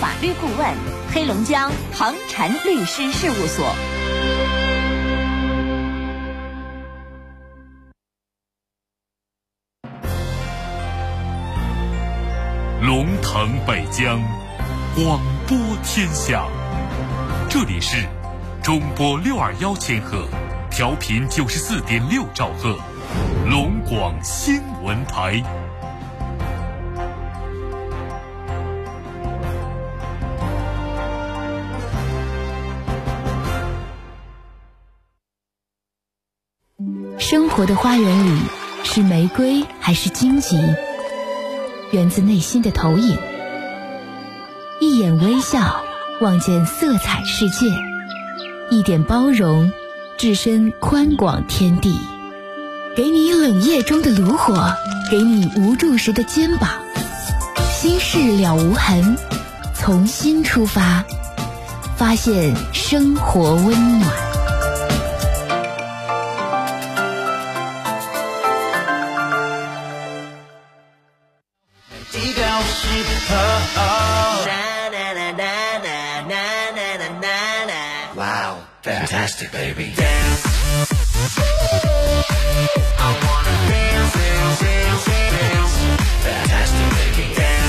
法律顾问，黑龙江恒晨律师事务所。 龙腾北疆，广播天下。这里是中波621千赫，调频94.6兆赫，龙广新闻台。 生活的花园里，是玫瑰还是荆棘？源自内心的投影。一眼微笑，望见色彩世界；一点包容，置身宽广天地。给你冷夜中的炉火，给你无助时的肩膀。心事了无痕，从心出发，发现生活温暖。 Wow, fantastic, baby. I wanna dance, dance, dance, dance. Fantastic, baby.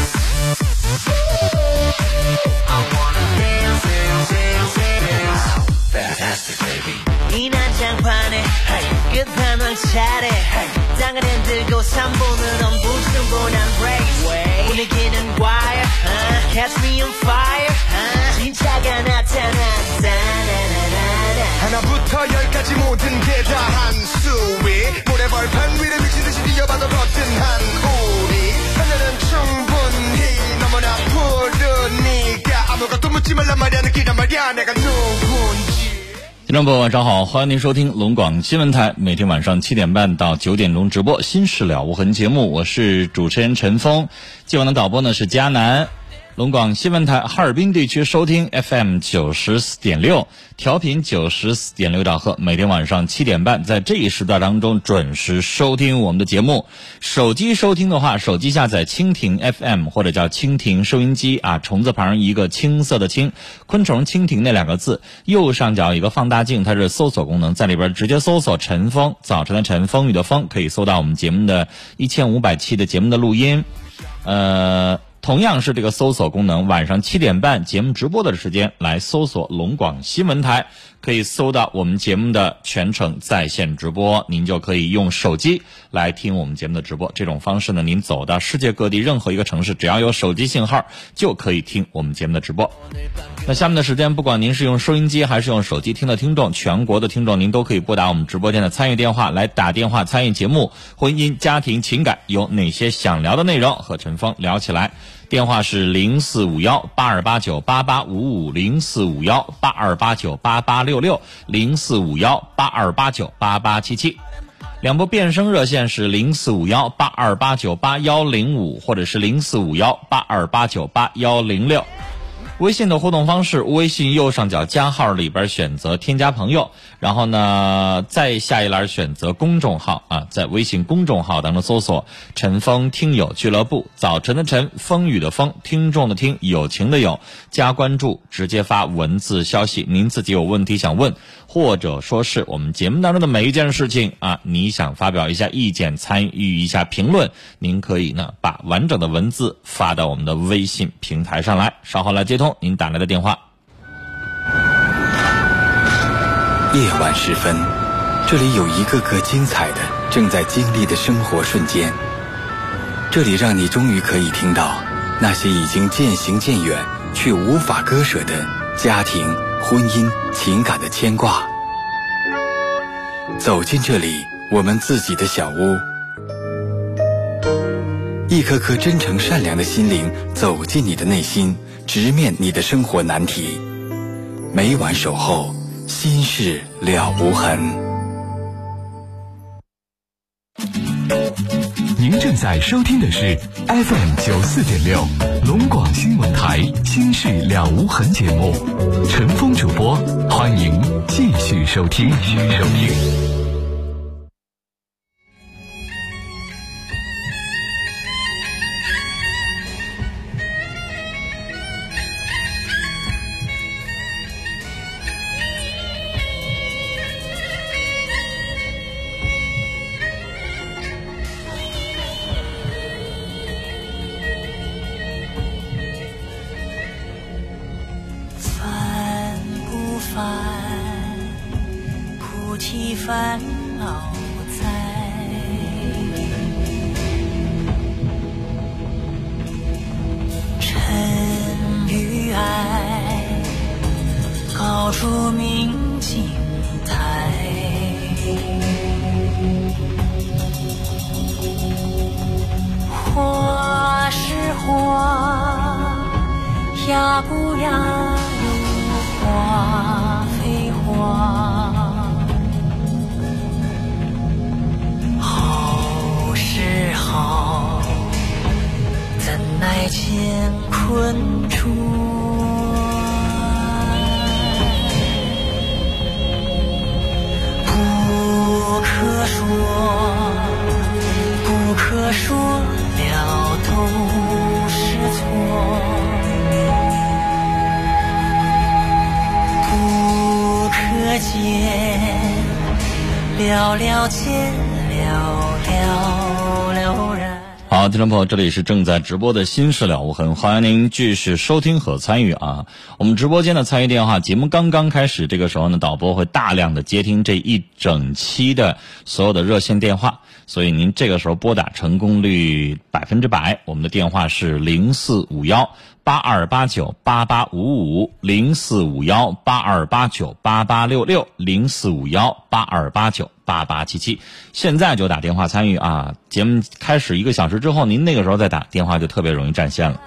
I wanna dance, dance, dance, dance. Wow, fantastic, baby. 이 난장판에 끝판왕 차례 땅을 흔들고 3분은 엄부승분한 race 분위기는 wire catch me on fire 진짜가 나타났다 하나부터 열까지 모든 게 다 한수위 모래벌판 위를 미치듯이 뛰어봐도 거뜬한 우리 하늘은 충분히 너무나 푸르니까 아무것도 묻지 말란 말이야 느끼란 말이야 내가 누군지。 听众朋友晚上好，欢迎您收听龙广新闻台每天晚上7点半到9点钟直播心事了无痕节目，我是主持人陈峰，今晚的导播呢是佳南。龙广新闻台哈尔滨地区收听 FM 94.6，调频94.6兆赫，每天晚上7点半在这一时段当中准时收听我们的节目。手机收听的话，手机下载蜻蜓 FM 或者叫蜻蜓收音机啊，虫字旁一个青色的青，昆虫蜻蜓那两个字，右上角一个放大镜，它是搜索功能，在里边直接搜索陈峰，早晨的晨，风雨的风，可以搜到我们节目的1500期的节目的录音。同样是这个搜索功能，晚上7点半节目直播的时间来搜索龙广新闻台，可以搜到我们节目的全程在线直播，您就可以用手机来听我们节目的直播。这种方式呢，您走到世界各地任何一个城市，只要有手机信号就可以听我们节目的直播。那下面的时间，不管您是用收音机还是用手机听的听众，全国的听众您都可以拨打我们直播间的参与电话来打电话参与节目。婚姻、家庭、情感有哪些想聊的内容，和陈峰聊起来。电话是0451-8289-8855，0451-8289-8866，0451-8289-8877。两部变声热线是0451-8289-8105，或者是0451-8289-8106。微信的互动方式，微信右上角加号里边选择添加朋友，然后呢再下一栏选择公众号啊，在微信公众号当中搜索陈峰听友俱乐部，早晨的晨，风雨的风，听众的听，友情的友，加关注，直接发文字消息，您自己有问题想问，或者说是我们节目当中的每一件事情啊，你想发表一下意见，参与一下评论，您可以呢把完整的文字发到我们的微信平台上来，稍后来接通您打来的电话。 夜晚时分，这里有一个个精彩的正在经历的生活瞬间，这里让你终于可以听到那些已经渐行渐远却无法割舍的家庭、婚姻、情感的牵挂。走进这里，我们自己的小屋，一颗颗真诚善良的心灵走进你的内心，直面你的生活难题。每晚守候，心事了无痕。 您正在收听的是 FM 94.6龙广新闻台心事了无痕节目，陈峰主播，欢迎继续收听。 烦恼在。尘与爱，高处明镜台。花是花，呀不呀有花非花。好是好，怎奈乾坤处。不可说，不可说了都是错。不可见，了了见，了了了然。 好，听众朋友，这里是正在直播的心事了无痕，欢迎您继续收听和参与啊。我们直播间的参与电话，节目刚刚开始，这个时候呢，导播会大量的接听这一整期的所有的热线电话，所以您这个时候拨打成功率100%。我们的电话是0451-8289-8855，0451-8289-8866，0451-8289-8877。现在就打电话参与啊！节目开始1个小时之后，您那个时候再打电话就特别容易占线了。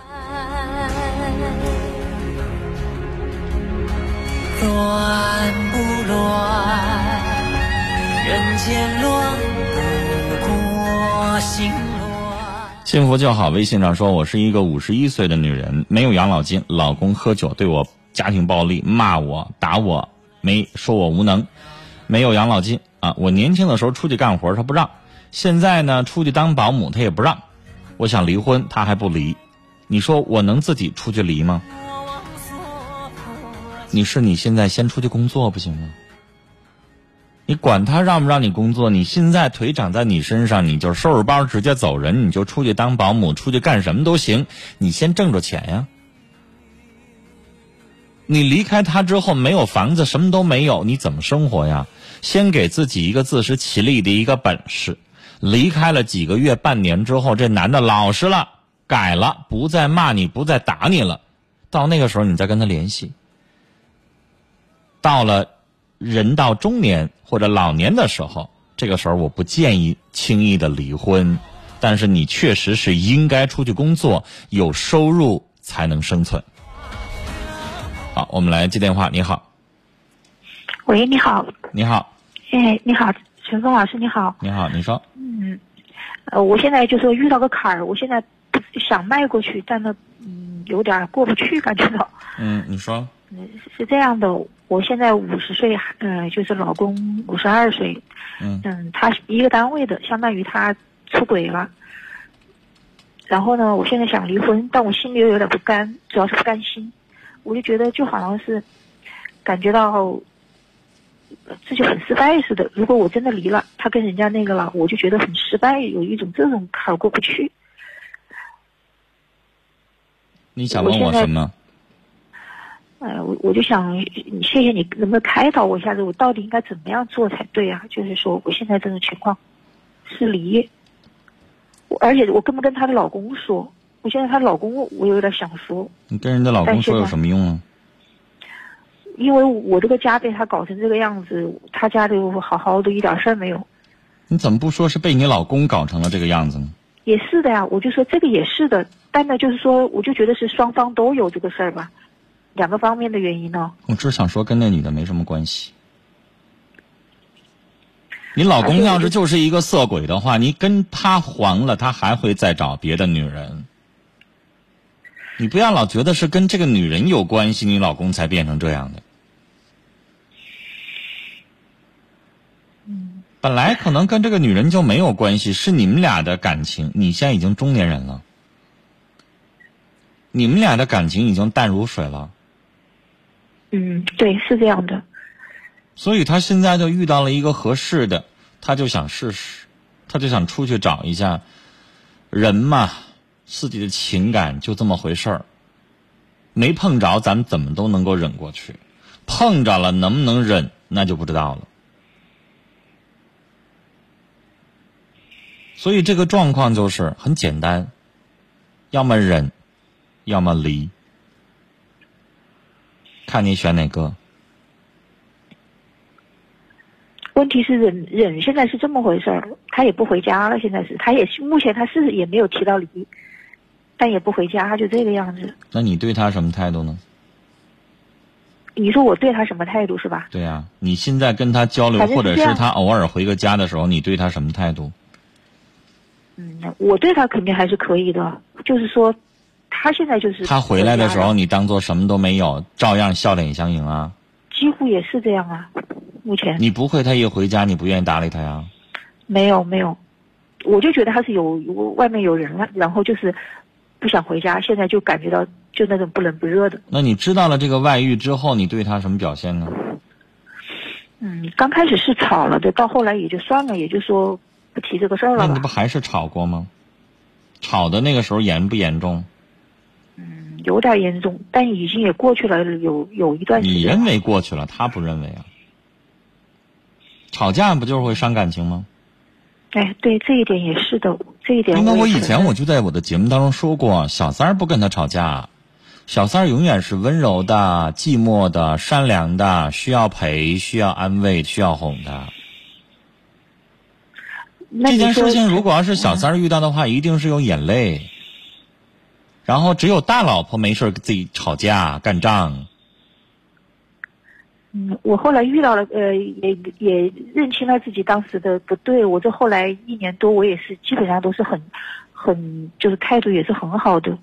乱不乱？人间乱不过心乱。 幸福就好微信上说，我是一个51岁的女人，没有养老金，老公喝酒对我家庭暴力，骂我打我，说我无能，没有养老金啊！我年轻的时候出去干活他不让，现在呢出去当保姆他也不让，我想离婚他还不离，你说我能自己出去离吗？你现在先出去工作不行吗？你管他让不让你工作，你现在腿长在你身上，你就收拾包直接走人，你就出去当保姆，出去干什么都行，你先挣着钱呀。你离开他之后没有房子，什么都没有，你怎么生活呀？先给自己一个自食其力的一个本事。离开了几个月半年之后，这男的老实了，改了，不再骂你，不再打你了，到那个时候你再跟他联系。到了人到中年或者老年的时候，这个时候我不建议轻易的离婚，但是你确实是应该出去工作，有收入才能生存。好，我们来接电话。你好。 喂，你好。 你好。 哎，你好，陈峰老师，你好。 你好，你说。 我现在就说遇到个坎儿，我现在想迈过去，但呢，有点过不去，感觉到。 你说。 是这样的，我现在50岁，就是老公52岁，他一个单位的，相当于他出轨了。然后呢，我现在想离婚，但我心里又有点不甘，主要是不甘心。我就觉得就好像是感觉到自己很失败似的。如果我真的离了，他跟人家那个了，我就觉得很失败，有一种这种坎儿过不去。 你想问我什么？ 我就想，谢谢你能不能开导我一下子，我到底应该怎么样做才对啊？就是说，我现在这种情况是离，而且我跟不跟她的老公说？我现在她老公，我有点想说。你跟人家老公说有什么用啊？ 因为我这个家被他搞成这个样子，他家里好好的一点事儿没有。 你怎么不说是被你老公搞成了这个样子呢？ 也是的呀，我就说这个也是的，但呢，就是说，我就觉得是双方都有这个事儿吧。2个方面的原因呢？我只想说跟那女的没什么关系。你老公要是就是一个色鬼的话，你跟他黄了，他还会再找别的女人。你不要老觉得是跟这个女人有关系，你老公才变成这样的。本来可能跟这个女人就没有关系，是你们俩的感情。你现在已经中年人了，你们俩的感情已经淡如水了。 对，是这样的。 所以他现在就遇到了一个合适的，他就想试试，他就想出去找一下。人嘛，自己的情感就这么回事儿，没碰着咱们怎么都能够忍过去，碰着了能不能忍那就不知道了。 所以这个状况就是很简单，要么忍，要么离，看你选哪个。 问题是忍现在是这么回事儿，他也不回家了，现在是他也目前他是也没有提到离，但也不回家，就这个样子。 那你对他什么态度呢？ 你说我对他什么态度是吧？ 对呀，你现在跟他交流，或者是他偶尔回个家的时候，你对他什么态度？ 我对他肯定还是可以的，就是说他现在就是他回来的时候，你当做什么都没有，照样笑脸相迎啊。 几乎也是这样啊，目前。 你不会他一回家你不愿意搭理他呀？ 没有，我就觉得他是外面有人了，然后就是不想回家，现在就感觉到就那种不冷不热的。 那你知道了这个外遇之后，你对他什么表现呢？ 刚开始是吵了的，到后来也就算了，也就说不提这个事儿了吧。 那你不还是吵过吗？吵的那个时候严不严重？ 有点严重，但已经也过去了，有一段时间。 你认为过去了，他不认为啊？吵架不就是会伤感情吗？ 哎，对，这一点也是的，这一点。 因为我以前我就在我的节目当中说过，小三儿不跟他吵架，小三儿永远是温柔的、寂寞的、善良的，需要陪、需要安慰、需要哄的。这件事情如果要是小三儿遇到的话，一定是有眼泪。然后只有大老婆没事跟自己吵架干仗。 我后来遇到了，也认清了自己当时的不对。我这后来1年多，我也是基本上都是很就是态度也是很好的。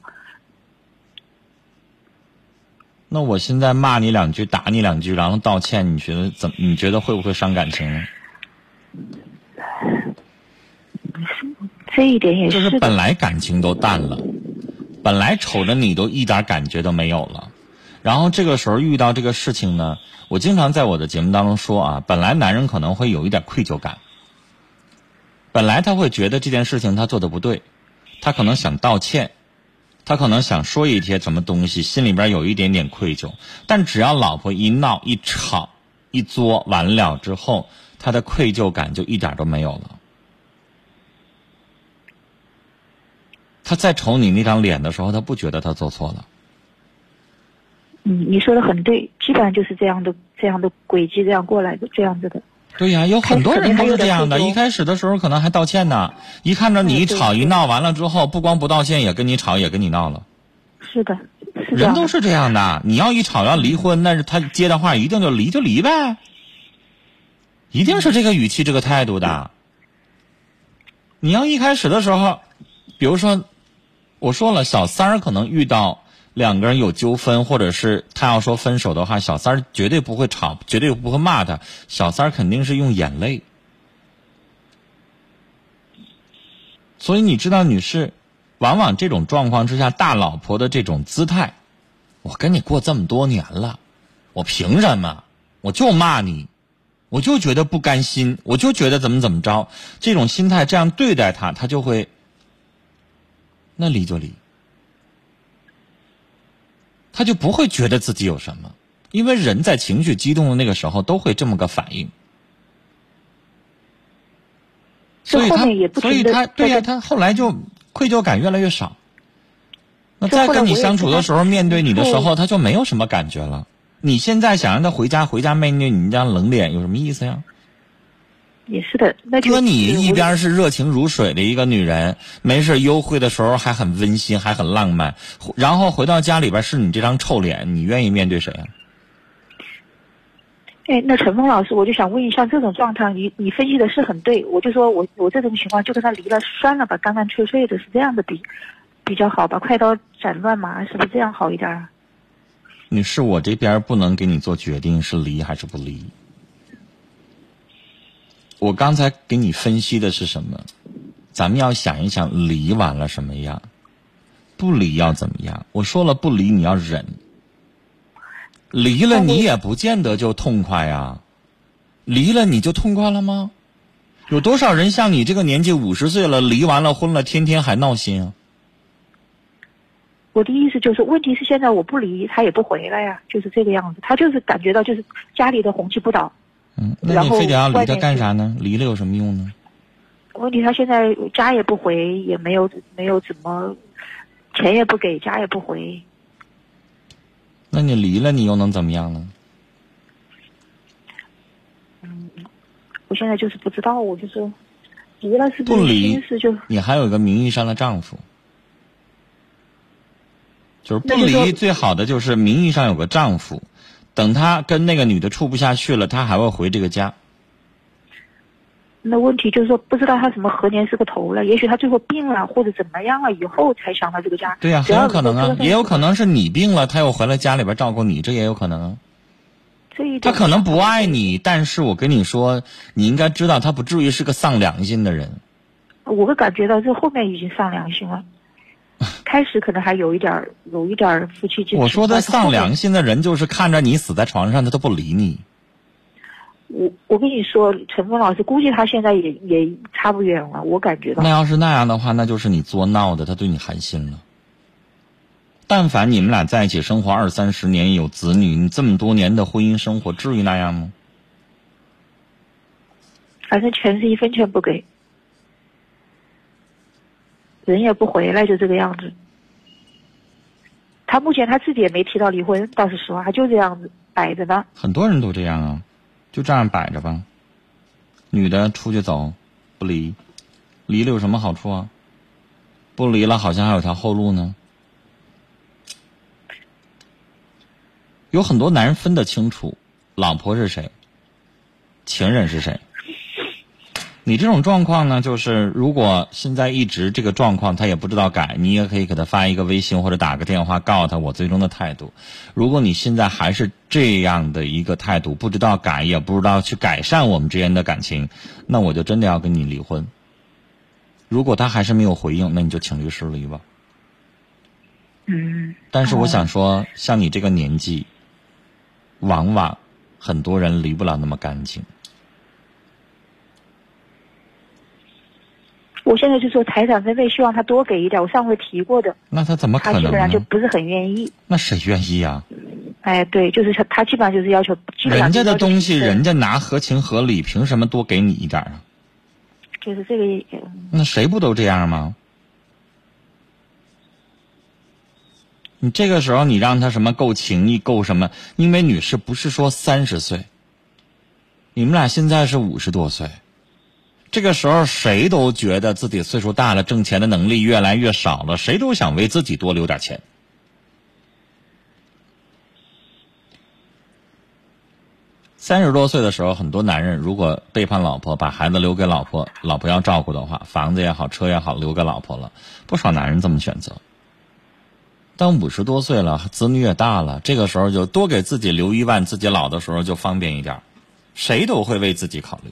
那我现在骂你2句，打你2句，然后道歉，你觉得会不会伤感情呢？ 这一点也是。 就是本来感情都淡了。本来瞅着你都一点感觉都没有了，然后这个时候遇到这个事情呢，我经常在我的节目当中说啊，本来男人可能会有一点愧疚感，本来他会觉得这件事情他做的不对，他可能想道歉，他可能想说一些什么东西，心里边有一点点愧疚，但只要老婆一闹一吵一作完了之后，他的愧疚感就一点都没有了。他再瞅你那张脸的时候，他不觉得他做错了。 你说的很对，基本上就是这样的轨迹，这样过来的，这样子的。 对呀，有很多人都是这样的。一开始的时候可能还道歉呢，一看着你一吵一闹完了之后，不光不道歉，也跟你吵，也跟你闹了。 是的， 人都是这样的。你要一吵要离婚，那是他接的话一定就离呗，一定是这个语气这个态度的。你要一开始的时候，比如说。我说了，小三儿可能遇到2个人有纠纷，或者是他要说分手的话，小三儿绝对不会吵，绝对不会骂他，小三儿肯定是用眼泪。所以你知道，女士，往往这种状况之下，大老婆的这种姿态，我跟你过这么多年了，我凭什么？我就骂你，我就觉得不甘心，我就觉得怎么着，这种心态这样对待他，他就会。那离就离，他就不会觉得自己有什么，因为人在情绪激动的那个时候都会这么个反应，所以他对呀，他后来就愧疚感越来越少。那再跟你相处的时候，面对你的时候，他就没有什么感觉了。你现在想让他回家面对你这样冷脸，有什么意思呀？ 也是的，那哥，你一边是热情如水的一个女人，没事幽会的时候还很温馨，还很浪漫，然后回到家里边是你这张臭脸，你愿意面对谁啊？ 那陈峰老师，我就想问一下，这种状态你分析的是很对，我就说我这种情况就跟他离了算了吧，干干脆脆的，是这样的比较好吧，快刀斩乱麻，是不是这样好一点啊？ 女士，我这边不能给你做决定是离还是不离。我刚才给你分析的是什么？咱们要想一想，离完了什么样，不离要怎么样。我说了，不离你要忍，离了你也不见得就痛快呀。离了你就痛快了吗？有多少人像你这个年纪50岁了，离完了婚了，天天还闹心啊？ 我的意思就是，问题是现在我不离，他也不回来呀，就是这个样子。他就是感觉到就是家里的红旗不倒。 那你非得要离他干啥呢？离了有什么用呢？ 问题他现在家也不回，也没有怎么，钱也不给，家也不回。 那你离了，你又能怎么样呢？ 我现在就是不知道，我就是离了是不离心思就你还有一个名义上的丈夫，就是不离最好的就是名义上有个丈夫，等他跟那个女的处不下去了，他还会回这个家。 那问题就是说，不知道他什么何年是个头了，也许他最后病了或者怎么样了以后才想到这个家。 对呀，很有可能啊，也有可能是你病了，他又回来家里边照顾你，这也有可能啊。他可能不爱你，但是我跟你说，你应该知道他不至于是个丧良心的人。 我会感觉到这后面已经丧良心了，开始可能还有一点夫妻之情。 我说的丧良心的人，就是看着你死在床上，他都不理你。 我跟你说，陈峰老师，估计他现在也差不远了，我感觉到。 那要是那样的话，那就是你作闹的，他对你寒心了。但凡你们俩在一起生活20-30年，有子女，你这么多年的婚姻生活，至于那样吗？ 反正钱是1分钱不给，人也不回来，就这个样子。他目前他自己也没提到离婚，倒是实话，他就这样子摆着呢。 很多人都这样啊，就这样摆着吧。女的出去走，不离，离了有什么好处啊？不离了好像还有条后路呢。有很多男人分得清楚，老婆是谁，情人是谁。你这种状况呢，就是如果现在一直这个状况他也不知道改，你也可以给他发一个微信或者打个电话告诉他我最终的态度。如果你现在还是这样的一个态度，不知道改，也不知道去改善我们之间的感情，那我就真的要跟你离婚。如果他还是没有回应，那你就请律师离吧。但是我想说，像你这个年纪，往往很多人离不了那么干净。 我现在就说财产分配，希望他多给一点，我上回提过的。 那他怎么可能呢？ 他基本上就不是很愿意。 那谁愿意啊？ 哎，对，就是他基本上就是要求， 人家的东西人家拿合情合理，凭什么多给你一点啊？ 就是这个。 那谁不都这样吗？你这个时候你让他什么够情义够什么？因为女士不是说30岁，你们俩现在是50多岁。这个时候谁都觉得自己岁数大了，挣钱的能力越来越少了，谁都想为自己多留点钱。30多岁的时候，很多男人如果背叛老婆，把孩子留给老婆，老婆要照顾的话，房子也好，车也好，留给老婆了，不少男人这么选择。当50多岁了，子女也大了，这个时候就多给自己留1万，自己老的时候就方便一点，谁都会为自己考虑。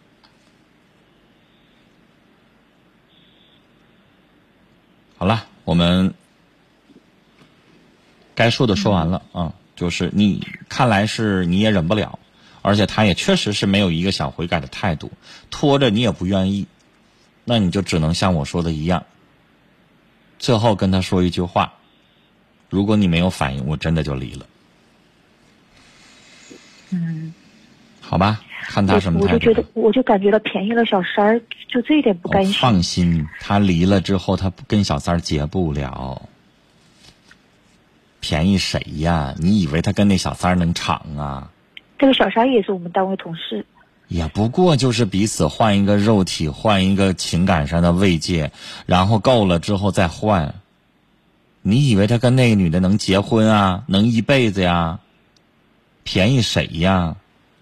好了，我们该说的说完了啊，就是你看来是你也忍不了，而且他也确实是没有一个想悔改的态度，拖着你也不愿意，那你就只能像我说的一样，最后跟他说一句话，如果你没有反应，我真的就离了。好吧，看他什么态度。 我就感觉到便宜了小三儿，就这一点不甘心。 放心，他离了之后，他跟小三儿结不了。便宜谁呀？你以为他跟那小三儿能长啊？ 这个小三儿也是我们单位同事。 也不过就是彼此换一个肉体，换一个情感上的慰藉，然后够了之后再换。你以为他跟那个女的能结婚啊？能一辈子呀？便宜谁呀？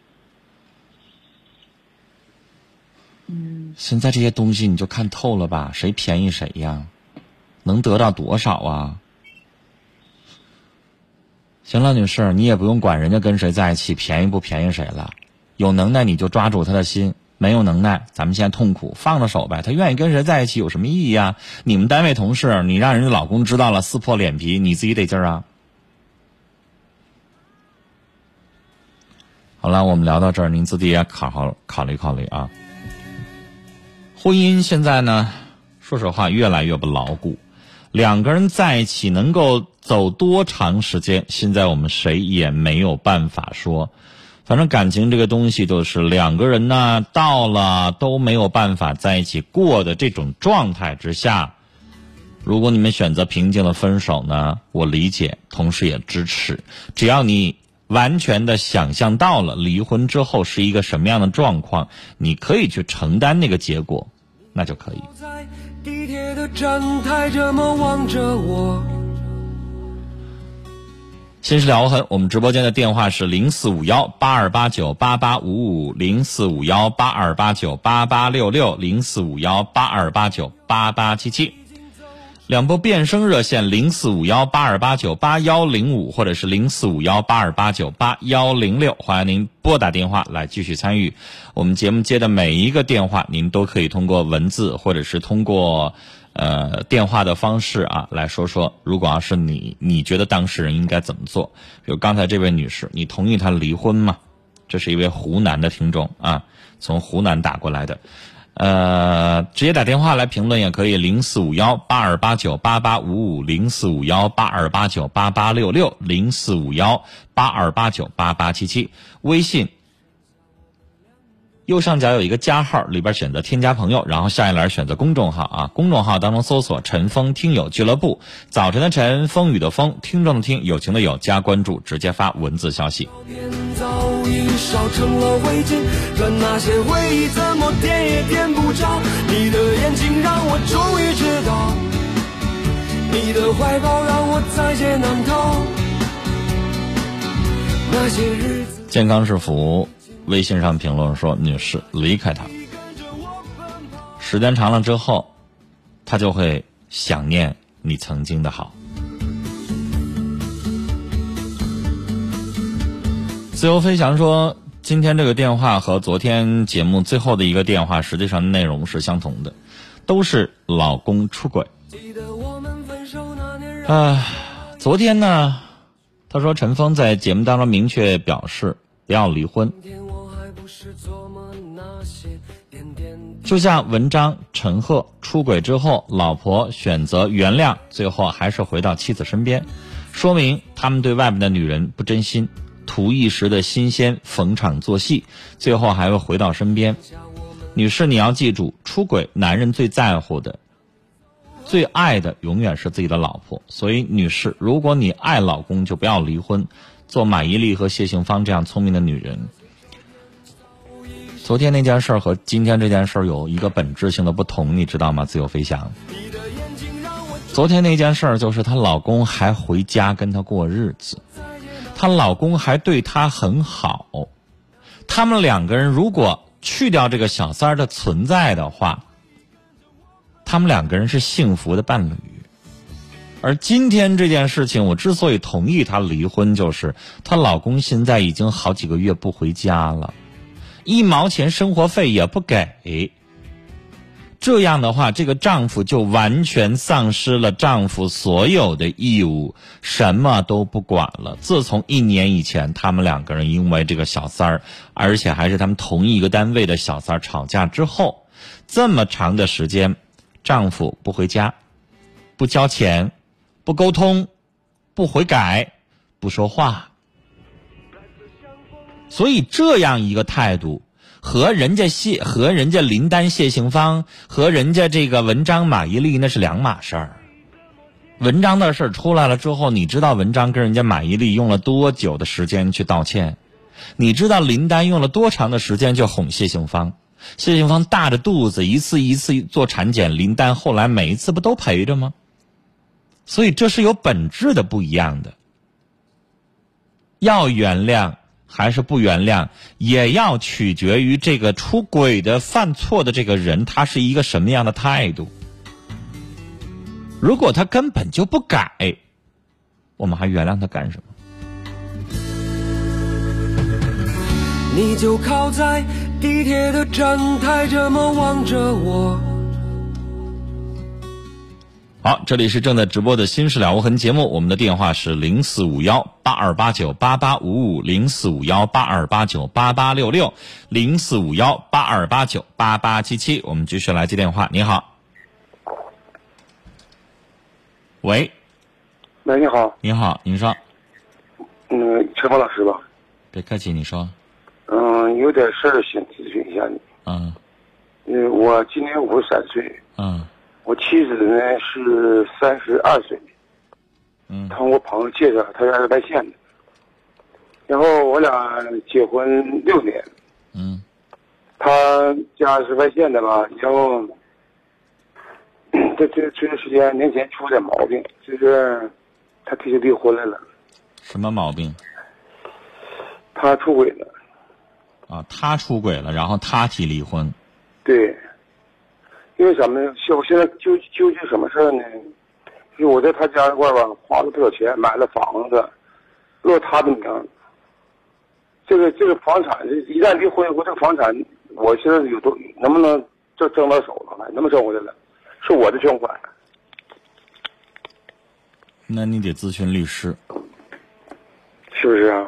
现在这些东西你就看透了吧，谁便宜谁呀？能得到多少啊？行了，女士，你也不用管人家跟谁在一起，便宜不便宜谁了。有能耐你就抓住他的心，没有能耐咱们现在痛苦放了手呗。他愿意跟谁在一起有什么意义啊？你们单位同事，你让人家老公知道了撕破脸皮，你自己得劲儿啊。好了，我们聊到这儿，您自己也好考虑考虑啊。婚姻现在呢，说实话越来越不牢固，两个人在一起能够走多长时间，现在我们谁也没有办法说。 反正感情这个东西就是两个人呢，到了都没有办法在一起过的这种状态之下，如果你们选择平静的分手呢，我理解，同时也支持。只要你完全的想象到了离婚之后是一个什么样的状况，你可以去承担那个结果，那就可以。 在地铁的站台这么望着我。 心事了无痕，我们直播间的电话是0451-8289-8855，0451-8289-8866，0451-8289-8877。两拨变声热线0451-8289-8105或者是0451-8289-8106，欢迎您拨打电话来继续参与。我们节目接的每一个电话，您都可以通过文字或者是通过电话的方式啊来说说，如果要是你觉得当事人应该怎么做？比如刚才这位女士，你同意她离婚吗？这是一位湖南的听众啊，从湖南打过来的。直接打电话来评论也可以，0451-8289-8855，0451-8289-8866，0451-8289-8877。微信右上角有一个加号，里边选择添加朋友，然后下一栏选择公众号啊，公众号当中搜索陈峰听友俱乐部，早晨的晨，风雨的风，听众的听，友情的友，加关注，直接发文字消息。 早已烧成了灰烬，可那些回忆怎么点也点不着。你的眼睛让我终于知道，你的怀抱让我在劫难逃。那些日子， 健康是福微信上评论说，女士离开他，时间长了之后，他就会想念你曾经的好。自由飞翔说，今天这个电话和昨天节目最后的一个电话实际上内容是相同的，都是老公出轨。昨天呢，他说陈峰在节目当中明确表示不要离婚，就像文章陈赫出轨之后，老婆选择原谅，最后还是回到妻子身边，说明他们对外面的女人不真心，图一时的新鲜，逢场作戏，最后还会回到身边。女士，你要记住，出轨男人最在乎的、最爱的永远是自己的老婆。所以女士，如果你爱老公，就不要离婚，做马伊琍和谢杏芳这样聪明的女人。昨天那件事和今天这件事有一个本质性的不同，你知道吗？自由飞翔。昨天那件事就是她老公还回家跟她过日子，她老公还对她很好，他们两个人如果去掉这个小三儿的存在的话，他们两个人是幸福的伴侣。而今天这件事情，我之所以同意她离婚，就是她老公现在已经好几个月不回家了，1毛钱生活费也不给，这样的话，这个丈夫就完全丧失了丈夫所有的义务，什么都不管了。自从1年以前，他们两个人因为这个小三儿，而且还是他们同一个单位的小三儿吵架之后，这么长的时间，丈夫不回家，不交钱，不沟通，不悔改，不说话。所以这样一个态度，和人家林丹谢杏芳和人家这个文章马伊琍那是两码事儿。文章的事出来了之后，你知道文章跟人家马伊琍用了多久的时间去道歉？你知道林丹用了多长的时间去哄谢杏芳？谢杏芳大着肚子一次一次做产检，林丹后来每一次不都陪着吗？所以这是有本质的不一样的。要原谅还是不原谅，也要取决于这个出轨的犯错的这个人，他是一个什么样的态度。如果他根本就不改，我们还原谅他干什么？ 你就靠在地铁的站台这么望着我。 好，这里是正在直播的新事了无痕节目，我们的电话是0451-8289-8855，0451-8289-8866，0451-8289-8877。我们继续来接电话。你好。喂。 喂，你好。 你好，您说。 陈峰老师吧。 别客气，你说。 有点事儿想咨询一下你。我今年53岁。我妻子呢是32岁。从我朋友介绍，他家是外县的。然后我俩结婚6年。他家是外县的吧，然后这段时间年前出点毛病，就是他提出离婚来了。 什么毛病？ 他出轨了。 他出轨了，然后他提离婚。 对，因为什么呢？我现在纠结什么事儿呢？就我在他家那块吧，花了不少钱买了房子，落他的名。这个房产，一旦离婚以后，这个房产，我现在能不能挣到手了？能不能挣回来了？是我的捐款。 那你得咨询律师， 是不是啊？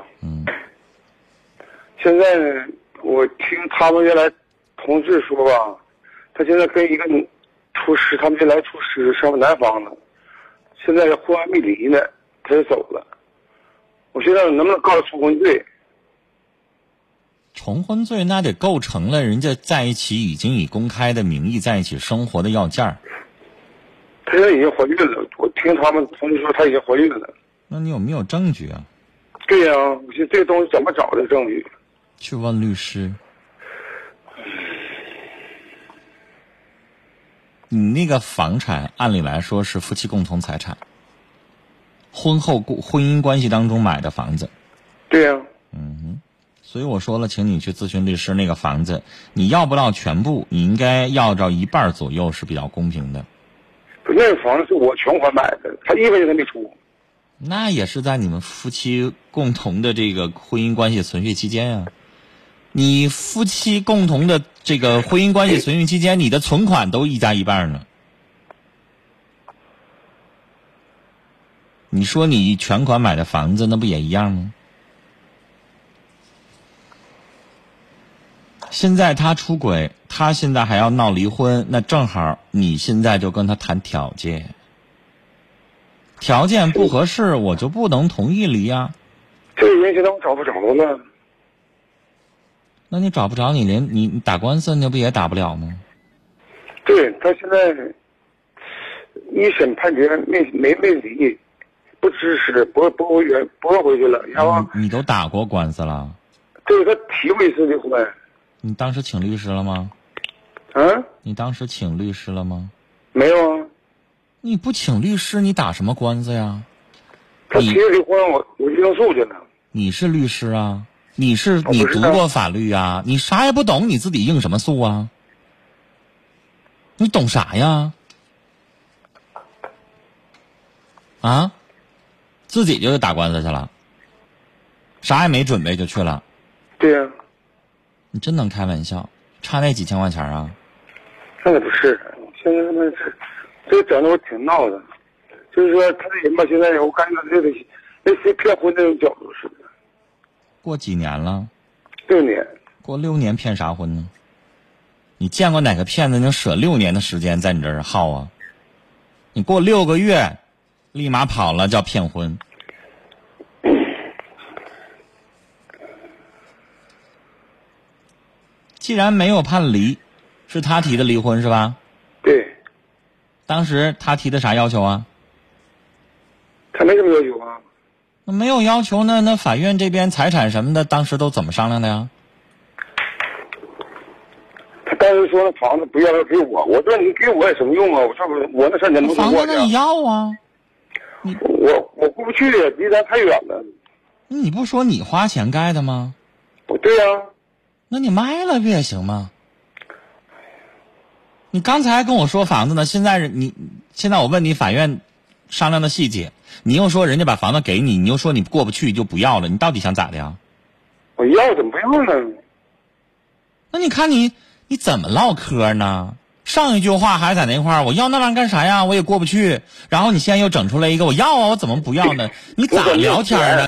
现在呢，我听他们原来同事说吧，他现在跟一个厨师，他们原来厨师上南方了，现在婚完没离呢，他就走了。我现在能不能告他重婚罪？ 重婚罪那得构成了人家在一起已经以公开的名义在一起生活的要件。 他现在已经怀孕了，我听他们同事说他已经怀孕了。 那你有没有证据啊？ 对呀，我说这东西怎么找的证据？ 去问律师。你那个房产按理来说是夫妻共同财产，婚后婚姻关系当中买的房子。 对呀。 所以我说了，请你去咨询律师。那个房子你要不到全部，你应该要着一半左右是比较公平的。 那个房子是我全款买的，他1分钱都没出。 那也是在你们夫妻共同的这个婚姻关系存续期间啊。你夫妻共同的这个婚姻关系存续期间，你的存款都一家一半呢。你说你全款买的房子，那不也一样吗？现在他出轨，他现在还要闹离婚，那正好你现在就跟他谈条件，条件不合适，我就不能同意离呀。 这个人现在我找不着了。 那你找不着，你打官司，那不也打不了吗？ 对，他现在一审判决没离，不支持，不回去了。然后你都打过官司了？ 对，他提过一次离婚。 你当时请律师了吗？你当时请律师了吗？ 没有啊。 你不请律师，你打什么官司呀？ 他提离婚，我应诉去了。 你是律师啊？你读过法律啊？你啥也不懂，你自己应什么诉啊？你懂啥呀？自己就打官司去了，啥也没准备就去了。 对呀。 你真能开玩笑？差那几千块钱啊？ 那也不是，现在这整的我挺闹的。就是说他这人吧，现在我感觉这类似骗婚那种角度似的。 过几年了 ？6年。 过6年骗啥婚呢？你见过哪个骗子能舍6年的时间在你这儿耗啊？你过6个月立马跑了叫骗婚。既然没有判离，是他提的离婚是吧？ 对。 当时他提的啥要求啊？ 他没什么要求啊。 那没有要求呢？那法院这边财产什么的，当时都怎么商量的呀？ 他当时说那房子不要给我，我说你给我有什么用啊？我那事儿你能房子那你要啊？ 我过不去，离咱太远了。 你不说你花钱盖的吗？ 对呀。 那你卖了不也行吗？你刚才跟我说房子呢，现在我问你法院商量的细节，你又说人家把房子给你，你又说你过不去就不要了，你到底想咋的呀？ 我要怎么不要呢？ 那你看你怎么唠嗑呢？上一句话还在那块儿，我要那玩意儿干啥呀？我也过不去。然后你现在又整出来一个我要啊，我怎么不要呢？你咋聊天呢？